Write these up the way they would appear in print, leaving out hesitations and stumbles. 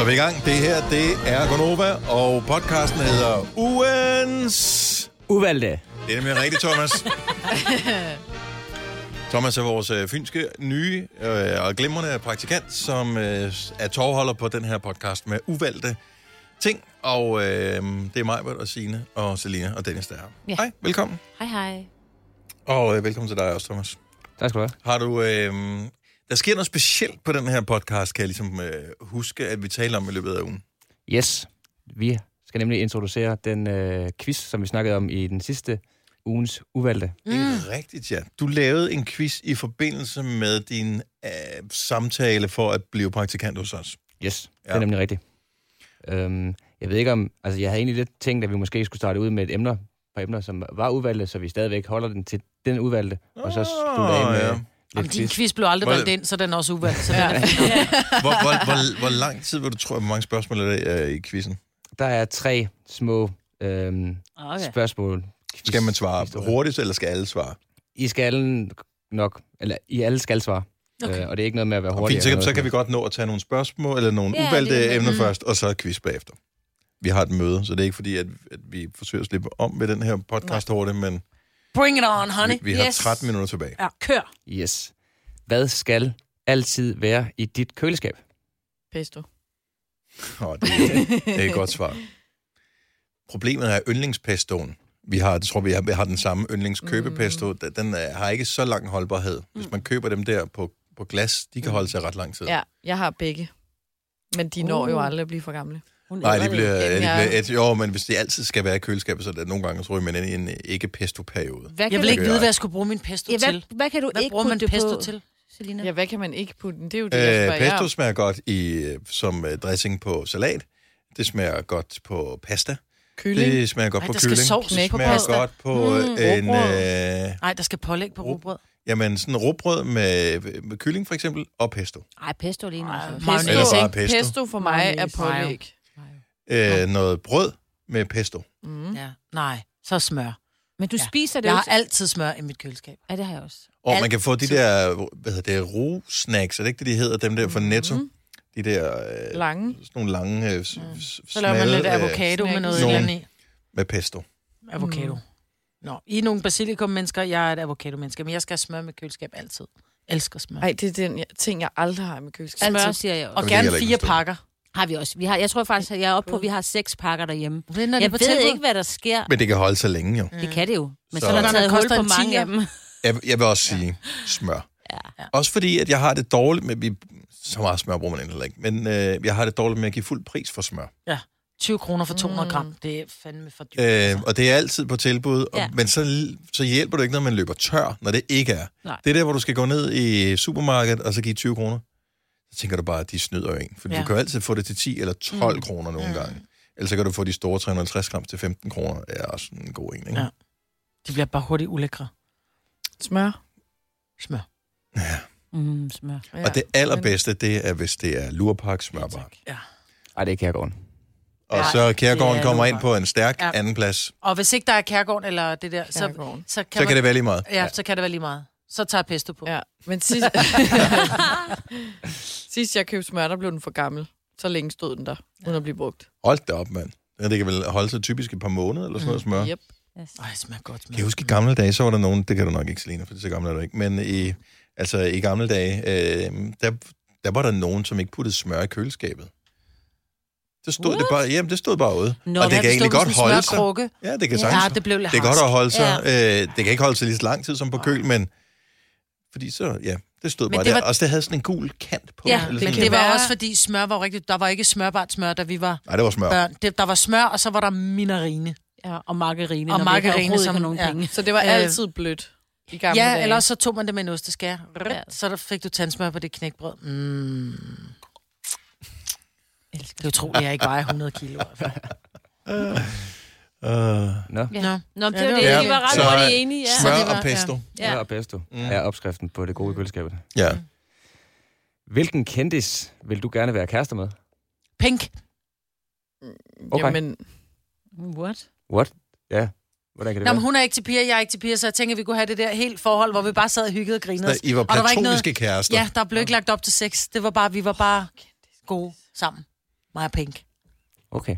Så er vi i gang. Det her, det er Gonova, og podcasten hedder Ugens Uvalgte. Det er nemlig rigtigt, Thomas. Thomas er vores fynske, nye og glimrende praktikant, som er tovholder på den her podcast med uvalgte ting. Og det er mig, og Signe, og Selina og Dennis, der er her. Ja. Hej, velkommen. Hej. Og velkommen til dig også, Thomas. Tak skal du have. Har du... der sker noget specielt på den her podcast, kan jeg ligesom huske, at vi taler om i løbet af ugen. Yes. Vi skal nemlig introducere den quiz, som vi snakkede om i den sidste ugens uvalgte. Det er rigtigt, ja. Du lavede en quiz i forbindelse med din samtale for at blive praktikant hos os. Yes, det er nemlig rigtigt. Jeg ved ikke om... Altså, jeg havde egentlig lidt tænkt, at vi måske skulle starte ud med et par emner, som var udvalgte, så vi stadigvæk holder den til den udvalgte, og så slutter af med... Ja. Om din quiz blev aldrig valgt ind, så den er også uvalgt. Så den er Hvor lang tid vil du tro, hvor mange spørgsmål er der i quizzen? Der er 3 små spørgsmål. Skal man svare hurtigt, eller skal alle svare? I skal nok, eller I alle skal svare. Okay. Og det er ikke noget med at være hurtig. Fint, så kan vi godt nå at tage nogle spørgsmål, eller nogle uvalgte emner først, og så quiz bagefter. Vi har et møde, så det er ikke fordi, at vi forsøger at slippe om med den her podcast hurtigt, men... Bring it on, honey. Vi har 13 minutter tilbage. Ja, kør. Yes. Hvad skal altid være i dit køleskab? Pesto. Det er et godt svar. Problemet er yndlingspestoen. Vi har den samme yndlingskøbepesto. Den har ikke så lang holdbarhed. Hvis man køber dem der på glas, de kan holde sig ret lang tid. Ja, jeg har begge. Men de når jo aldrig at blive for gamle. Nej, de bliver men hvis de altid skal være i køleskabet, så er det nogle gange, tror jeg, man er i en ikke-pesto-periode. Jeg vil ikke vide, hvad jeg skulle bruge min pesto til. Hvad kan du hvad ikke bruger man putte pesto på? til, Selina? Ja, hvad kan man ikke putte? Det er jo det, jeg spørger Pesto smager godt som dressing på salat. Det smager godt på pasta. Kylling. Det smager godt på kylling. Det smager godt på en... Nej, der skal pålæg på rugbrød. Jamen, sådan rugbrød med kylling for eksempel, og pesto. Ej, pesto lige nu. Eller bare pesto. Pesto for mig er pålæg. Noget brød med pesto. Ja, nej, så smør. Men du spiser det Jeg jo har altid smør i mit køleskab. Ja, det har jeg også. Og man kan få de der, ro-snacks, er det ikke det, de hedder, dem der fra Netto? De der... lange. Sådan nogle lange, så laver man lidt avocado med noget eller andet i. Med pesto. Avocado. Nå, I er nogle basilikum-mennesker, jeg er et avocado-menneske, men jeg skal have smør med køleskab altid. Elsker smør. Nej, det er den ting, jeg aldrig har med køleskab. Smør, altid. siger jeg også. Og gerne 4 pakker. Har vi også. Jeg tror faktisk, at jeg er oppe på, at vi har 6 pakker derhjemme. Jeg ved ikke, hvad der sker. Men det kan holde så længe, jo. Det kan det jo. Men så er der der taget hul på koster mange af dem. Jeg vil også sige smør. Ja. Også fordi, at jeg har det dårligt med... Så meget smør bruger man endelig ikke. Men jeg har det dårligt med at give fuld pris for smør. Ja, 20 kroner for 200 gram. Det er fandme for dyrt. Og det er altid på tilbud. Ja. Men så hjælper det ikke, når man løber tør, når det ikke er. Nej. Det er der, hvor du skal gå ned i supermarkedet, og så give 20 kroner. Så tænker du bare, at de snyder jo en. For du kan jo altid få det til 10 eller 12 kroner nogle gange. Ellers så kan du få de store 350 gram til 15 kroner. Det er også en god en, ikke? Ja. De bliver bare hurtigt ulækre. Smør. Ja. Smør. Ja. Og det allerbedste, det er, hvis det er lurpak smørbar. Ja. Ej, det er Kærgården. Og så Kærgården det er kommer ind lurpak. på en stærk anden plads. Og hvis ikke der er Kærgården eller det der, så kan det være lige meget. Ja, så kan det være lige meget. Så tager jeg pesto på. Ja, men sidst jeg købte smør, der blev den for gammel. Så længe stod den der, uden at blive brugt. Hold da op, mand. Det kan vel holde sig typisk et par måneder, eller sådan noget smør. Yep. Yes. Ej, det smager godt. Kan jeg huske, i gamle dage, så var der nogen, det kan du nok ikke, Selina, for det er så gammel er du ikke, men i gamle dage, der var der nogen, som ikke puttede smør i køleskabet. Det stod bare ude. Nå, og det kan egentlig godt holde sig. Ja, det kan sagtens. Ja, det blev lidt det er godt at holde sig. Ja. Det kan ikke holde sig lige så lang tid som på køl, men fordi så, det stod men bare det der. var... Og det havde sådan en gul kant på. Ja, eller men sådan det noget. var også fordi smør var rigtigt. Der var ikke smørbart smør, da vi var Nej, det var smør. børn. Der var smør, og så var der minarine. Ja, og margarine. Og margarine, som som nogle penge. Så det var altid blødt i gamle dage. Ja, eller så tog man det med en osteskær. Ja. Så der fik du tandsmør på det knækbrød. Det er utroligt, jeg ikke vejer 100 kilo. Nå. Nå, det var det. Ja, Vi var ret så hurtigt enige. Ja. smør det var- og pesto. Smør og pesto er opskriften på det gode køleskabet. Ja. Hvilken kendis vil du gerne være kærester med? Pink. Okay. Jamen, What? Ja. Hvordan kan det Nå, men være? hun er ikke til piger, jeg er ikke til piger, så jeg tænker, at vi kunne have det der helt forhold, hvor vi bare sad og hyggede og grinede. Så I var Og der var ikke platoniske kærester. Ja, der blev ikke lagt op til sex. Det var bare, vi var bare gode sammen. Mig og Pink. Okay.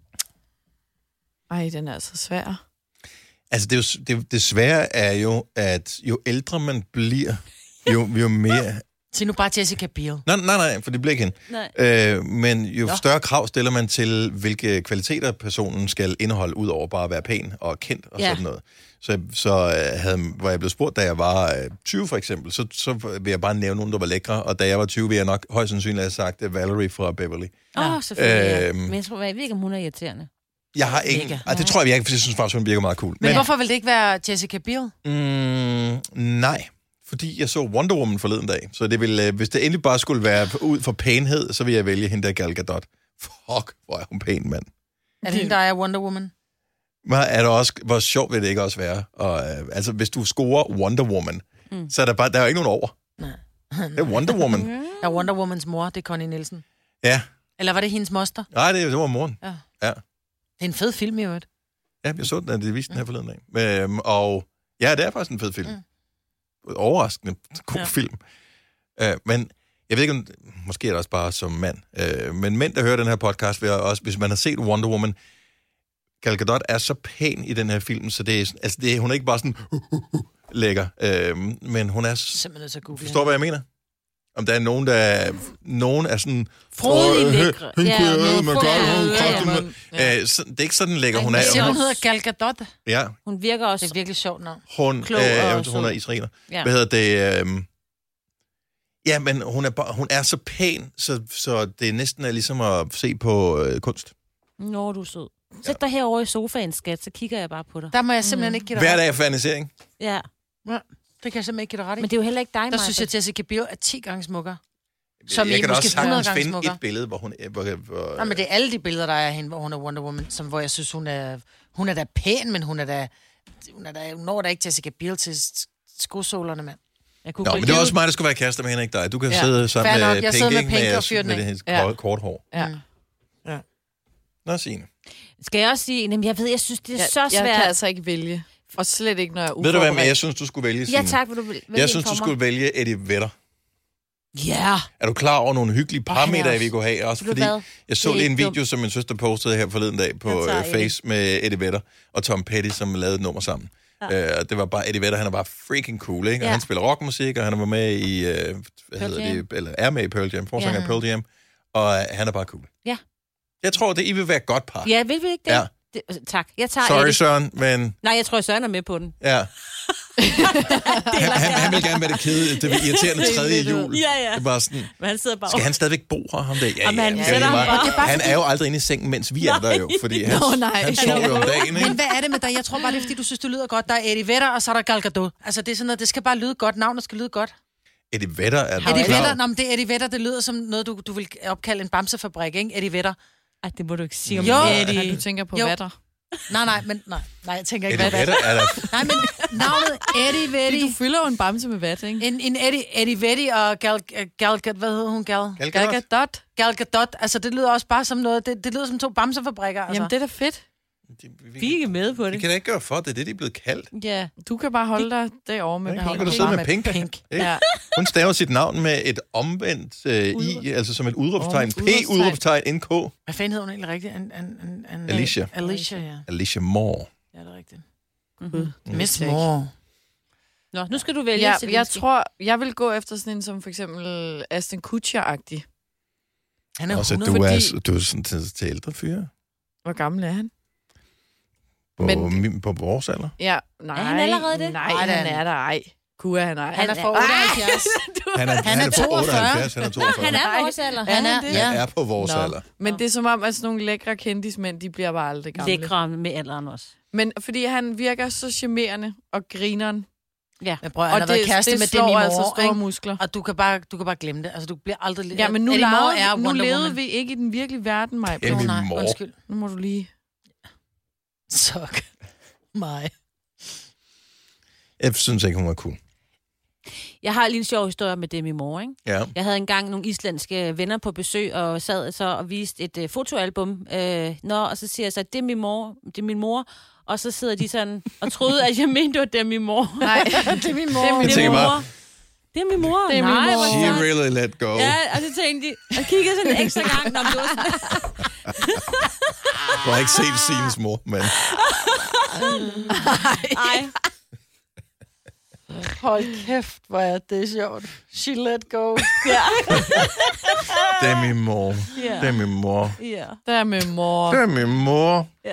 Ej, den er altså svær. Altså, det svære er jo, at jo ældre man bliver, jo mere... Sig nu bare Jessica Biel. Nej, for det bliver ikke hende. Men jo større krav stiller man til, hvilke kvaliteter personen skal indeholde, ud over bare at være pæn og kendt og sådan noget. Så var jeg blevet spurgt, da jeg var 20 for eksempel, så vil jeg bare nævne nogen, der var lækre, og da jeg var 20, vil jeg nok højst sandsynligt have sagt Valerie fra Beverly. Selvfølgelig. Men jeg tror, jeg ved ikke, om hun er irriterende. Jeg har ikke... det tror jeg ikke, for jeg synes faktisk, hun virker meget cool. Men hvorfor vil det ikke være Jessica Biel? Nej. Fordi jeg så Wonder Woman forleden dag. Så det vil, hvis det endelig bare skulle være ud for pænhed, så vil jeg vælge hende der Gal Gadot. Fuck, hvor er hun pæn, mand. Er det hende, der er Wonder Woman? Er der også, hvor sjovt vil det ikke også være? Og, altså, hvis du scorer Wonder Woman, så er der er jo ikke nogen over. Nej. Det er Wonder Woman. Der er Wonder Womans mor, det er Connie Nielsen. Ja. Eller var det hendes moster? Nej, det var moren. Ja. Ja. Det er en fed film i øvrigt. Ja, jeg så den, det viste den her forleden dag. Og ja, det er faktisk en fed film. Overraskende god film. Men jeg ved ikke, om måske er det også bare som mand. Men mænd, der hører den her podcast, vil også, hvis man har set Wonder Woman, Gal Gadot er så pæn i den her film, så det er, altså hun er ikke bare sådan lækker, men hun er... Simpelthen så god. Forstår, hvad jeg mener? Om der er nogen er sådan... Frodig lækre. Det er ikke sådan lækker, hun er. Hun hedder Gal Gadot. Ja. Hun virker også... Det er virkelig sjovt navn. Hun er israeler. Ja. Hvad hedder det? Ja, men hun er så pæn, så det næsten er ligesom at se på kunst. Nå, du er sød. Sæt dig herovre i sofaen, skat, så kigger jeg bare på dig. Der må jeg simpelthen ikke give dig ret. Hver dag er fanisering. Ja. Det kan jeg simpelthen ikke give dig ret i. Men det er jo heller ikke dig, der synes jeg, at Jessica Biel er 10 gange smukkere. Jeg kan også sagtens finde et billede, hvor hun... Nej, men det er alle de billeder, der er af hende, hvor hun er Wonder Woman, hvor jeg synes, hun er da pæn, men hun når da ikke Jessica Biel til skosålerne, mand. Nå, men det er også mig, der skulle være kærester med hende, ikke dig. Du kan sidde sammen med Pink, med hendes kort hår. Ja. Nå, Signe. Skal jeg også sige, jamen jeg synes, det er så svært. Jeg kan altså ikke vælge. Og slet ikke, når jeg er uforberedt. Ved du hvad, jeg synes, du skulle vælge, Signe? Ja, tak, vil du vælge. Jeg synes, du skulle vælge Eddie Vedder. Ja. Er du klar over nogle hyggelige parametre, vi kunne have? Også fordi jeg så lige en video, som min søster postede her forleden dag på Face med Eddie Vedder og Tom Petty, som lavede et nummer sammen. Ja. Det var bare Eddie Vedder, han er bare freaking cool, ikke? Og han spiller rockmusik, og han var med i, er med i Pearl Jam, forsanger Pearl Jam, og han er bare cool. Ja. Jeg tror, I vil være et godt par. Ja, vil vi ikke det? Ja. Tak. Jeg tager Sorry, Eddie. Søren, men... Nej, jeg tror, Søren er med på den. Ja. han vil gerne være det kede, det irriterende tredje jul. Ja. Det er bare sådan, men han sidder bare... Skal han stadigvæk bo her, ham der? Ja. Han er jo aldrig inde i sengen, mens vi er der jo, fordi han sover jo om dagen, ikke? Men hvad er det med dig? Jeg tror bare, det er, fordi du synes, det lyder godt. Der er Eddie Vedder, og så er der Gal Gadot. Altså, det er sådan noget, det skal bare lyde godt. Navnet skal lyde godt. Eddie Vedder er Eddie Vedder, nå, men det er Eddie Vedder, det lyder som noget, du vil opkalde en bamsefabrik, ikke? Eddie Vedder. Ej, det må du ikke sige om Eddie. Du tænker på vatter. Nej, jeg tænker ikke, hvad det er. Nej, men navnet Eddie Vedder. Du fylder jo en bamse med vat, ikke? En Eddie Vedder og Gal, hvad hedder hun, Gal Gadot. Altså, det lyder også bare som noget, det lyder som 2 bamsefabrikker. Altså. Jamen, det er da fedt. Vi er ikke med på det. Vi kan da ikke gøre for det, det er blevet kaldt. Ja. Du kan bare holde dig derovre med Pink. Du kan sidde med Pink. Ja. Hun staver sit navn med et omvendt i, altså som et udråbstegn. P-udråbstegn, NK. Hvad fanden hedder hun egentlig rigtigt? Alicia. Ja. Alicia Moore. Ja, det er rigtigt. Miss Moore. Nå, nu skal du vælge. Jeg tror, jeg vil gå efter sådan en som for eksempel Aston Kutcher-agtig. Han er også, 100, du er sådan til ældre fyre. Hvor gammel er han? På vores alder? Ja, nej. Er han allerede det? Nej, han er der ej. Kunne han ej. Han er fra 78. Han er 42. Han er 42. Han er vores alder. Han er på vores alder. Men det er som om, at sådan nogle lækre kendismænd, de bliver bare aldrig gamle. Lækre med alderen også. Men fordi han virker så charmerende og grineren. Ja. Men prøv, han har været kæreste med Demi Moore, altså store ikke? muskler. Og du kan bare glemme det. Altså, du bliver aldrig... Ja, men nu levede vi ikke i den virkelige verden, Maja. Undskyld. Nu må du lige... Sok. Mig. Jeg synes ikke, hun var cool. Jeg har lige en sjov historie med Demi Moore, ikke? Ja. Jeg havde engang nogle islandske venner på besøg, og sad så og viste et fotoalbum. Og så siger jeg så, det er min mor. Og så sidder de sådan og troede, at jeg mente, det var Demi Moore. Nej, det er min mor. Jeg tænker bare, Det er min mor. Det er min mor. hvor She sejt. really let go. Ja, og så tænkte de, og kiggede sådan en ekstra gang, når det var sådan. Du har ikke set Sines mor, men... Ej. Hold kæft, hvor er det sjovt. She let go. Ja. Det er min mor. Ja. Det er min mor. Ja. Der er min mor. Det er min mor. Ja.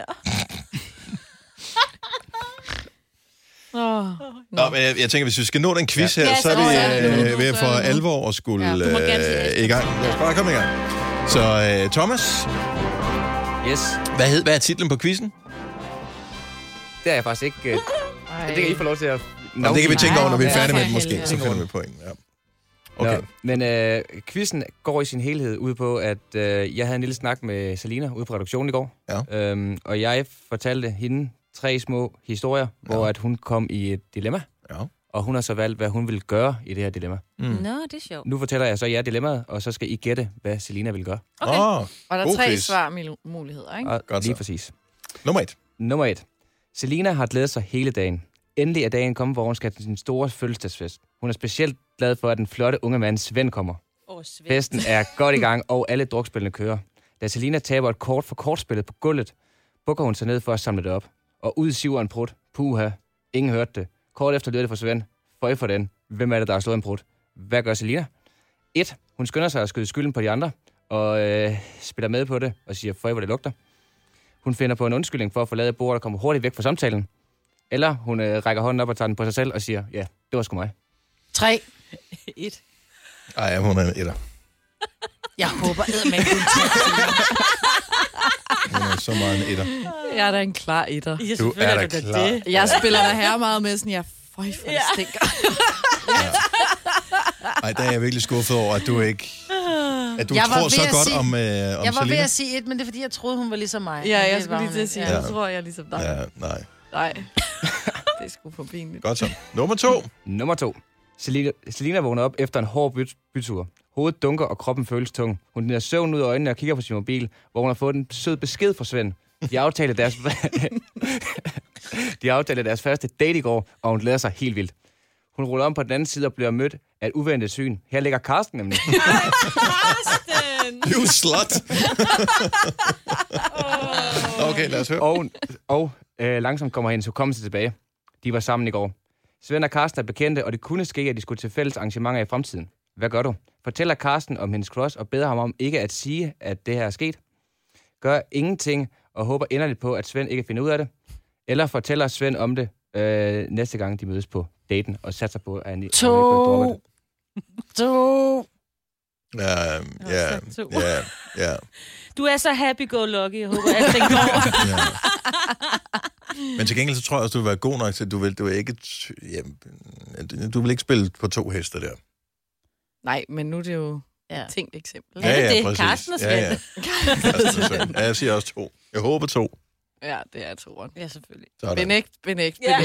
Nå, men jeg tænker, hvis vi skal nå den quiz her, Ja, så er så er vi det. ved at for alvor at skulle Ja, du må gerne sige i gang. Lad os bare komme i gang. Så Thomas, Yes. hvad er titlen på quizzen? Det er jeg faktisk ikke... det kan I få lov til at... Nå, det kan vi tænke over, når vi er Ja, færdige med for det måske. helvede. Så finder vi på en. Ja. Okay. Nå, men quizzen går i sin helhed ud på, at jeg havde en lille snak med Selina ude på redaktionen i går. Ja. Og jeg fortalte hende 3 små historier, hvor at hun kom i et dilemma. Ja. Og hun har så valgt, hvad hun vil gøre i det her dilemma. Nå, det er sjovt. Nu fortæller jeg så jer dilemmaet, og så skal I gætte, hvad Selina vil gøre. Okay. Og der er God 3 quiz. svarmuligheder, ikke? Og Godt lige så. præcis. Nummer 1. Nummer 1. Selina har glædet sig hele dagen. Endelig er dagen kommet, hvor hun skal til sin store fødselsdagsfest. Hun er specielt glad for, at den flotte unge mand Svend kommer. Svend. Festen er godt i gang, og alle drukspillene kører. Da Selina taber et kort for kortspillet på gulvet, bukker hun sig ned for at samle det op. Og ud siver en prut. Puha. Ingen hørte det. Kort efter lyder det fra Svend. Føj for den. Hvem er det, der har slået en prut? Hvad gør Selina? 1. Hun skynder sig at skyde skylden på de andre, og spiller med på det, og siger, føj, hvor det lugter. Hun finder på en undskyldning for at forlade bordet og komme hurtigt væk fra samtalen. Eller hun rækker hånden op og tager den på sig selv og siger, ja, det var sgu mig. 3. 1. Ej, hun er en etter. Jeg håber, eddermame, du Hun er så meget en etter. Jeg er da en klar etter. Ja, Du er da klar. det. Jeg spiller der her meget med sådan, jeg for det stinker. Ej, der er jeg virkelig skuffet over, at du ikke... At du Jeg var tror så ved at godt sige- om Jeg var ved Selina. at sige 1, men det er fordi, jeg troede, hun var ligesom mig. Ja, Men jeg det skulle var lige hun til at ikke. sige, Ja. jeg tror, jeg er ligesom dig. Ja, nej. Nej. Det er sgu for pinligt. Godt så. Nummer 2. Nummer 2. Selina vågner op efter en hård bytur. Hovedet dunker, og kroppen føles tung. Hun gnider søvn ud af øjnene og kigger på sin mobil, hvor hun har fået en sød besked fra Svend. De aftalte deres første date i går, og hun glæder sig helt vildt. Hun ruller om på den anden side og bliver mødt af et uventet syn. Her ligger Karsten nemlig. You slut. Okay, lad os høre. Og langsomt kommer hendes hukommelse tilbage. De var sammen i går. Svend og Karsten er bekendte, og det kunne ske, at de skulle til fælles arrangementer i fremtiden. Hvad gør du? Fortæller Karsten om hendes crush og beder ham om ikke at sige, at det her er sket? Gør ingenting og håber inderligt på, at Svend ikke finder ud af det? Eller fortæller Svend om det næste gang, de mødes på daten og satser på, at han ikke bliver drukket? 2. Ja. Du er så happy-go-lucky. Jeg håber, at den går. Ja. Men til gengæld så tror jeg også, du vil være god nok til, at du vil ikke... du vil ikke spille på 2 heste der. Nej, men nu er det jo Ja. et tænkt eksempel. Ja. det? præcis. Karsten og Svend. Ja. Karsten og Svend. Ja, jeg siger også 2. Jeg håber 2. Ja, det er 2'eren. Ja, selvfølgelig. Sådan. Benægt. Ja.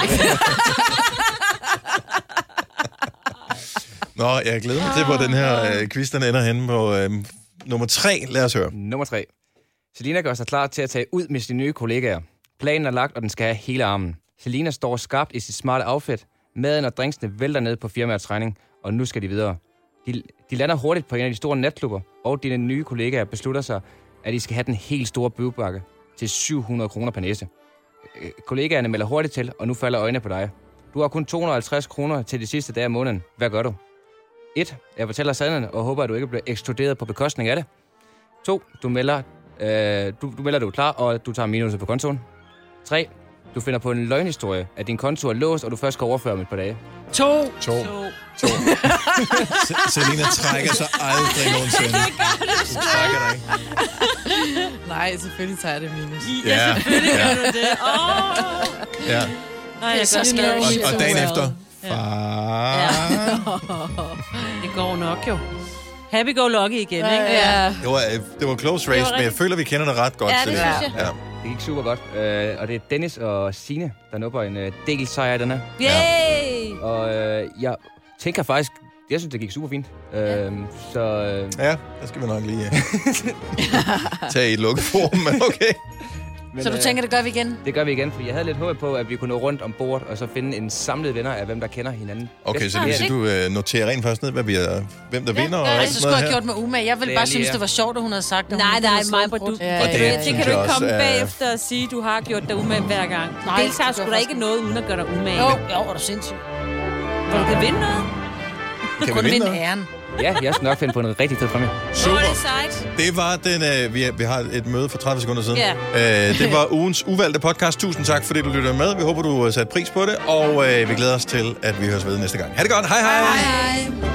Nå, jeg glæder mig til, hvor den her quiz, den ender henne på nummer 3. Lad os høre. Nummer 3. Selina gør sig klar til at tage ud med sine nye kollegaer. Planen er lagt, og den skal have hele armen. Selina står skarpt i sit smarte outfit. Maden og drinksene vælter ned på firmaets regning, og nu skal de videre. De lander hurtigt på en af de store natklubber, og dine nye kollegaer beslutter sig, at de skal have den helt store bøvbakke til 700 kroner per næse. Kollegaerne melder hurtigt til, og nu falder øjnene på dig. Du har kun 250 kroner til de sidste dage af måneden. Hvad gør du? 1. Jeg fortæller sandheden og håber, at du ikke bliver ekskluderet på bekostning af det. 2. Du melder, du er klar, og du tager minuser på kontoen. 3. Du finder på en løgnhistorie, at din konto er låst, og du først skal overføre om et par dage. 2. Selina trækker sig aldrig nogensinde. Du trækker dig ikke. Nej, selvfølgelig tager jeg det minus. Ja, ja, det. ja. Nej, jeg så gør scary. det. Og dagen efter... Ja. Far. Det går nok jo. Happy-go-lucky igen, ikke? Ja. Det var close race, men jeg føler, vi kender det ret godt. Ja, det Selina. synes jeg. Ja. Det gik super godt, og det er Dennis og Signe, der nupper en del sejr i den her. Yay! Og jeg tænker faktisk, jeg synes, det gik super fint. Så Ja, der skal vi nok lige tage i et lukket forum, men okay. Men, Så du tænker, det gør vi igen? Det gør vi igen, for jeg havde lidt håb på, at vi kunne nå rundt om bordet og så finde en samlet venner af, hvem der kender hinanden. Okay, så det vil sige, du noterer rent først ned, hvem der vinder og Ja, alt så sådan skulle noget jeg have her. gjort med Uma. Jeg ville bare synes, det var sjovt, at hun havde sagt det. Nej, mig, hvor du... Ja, Og det det synes kan du jeg ikke også komme er- bagefter og sige, du har gjort dig umage hver gang. Nej, Deltager det sgu gør da jeg ikke noget, uden at gøre dig umage. Jo, er du sindssyg. Hvor du kan vinde noget. Kan vi Kun vinde vinde noget? æren. Ja, jeg skal nok finde på en rigtig fed præmie. Super. Det er sejt. Det var den... Vi har et møde for 30 sekunder siden. Ja. Det var ugens uvalgte podcast. Tusind tak, fordi du lytter med. Vi håber, du har sat pris på det. Og vi glæder os til, at vi høres ved næste gang. Ha' det godt. Hej hej. Hej.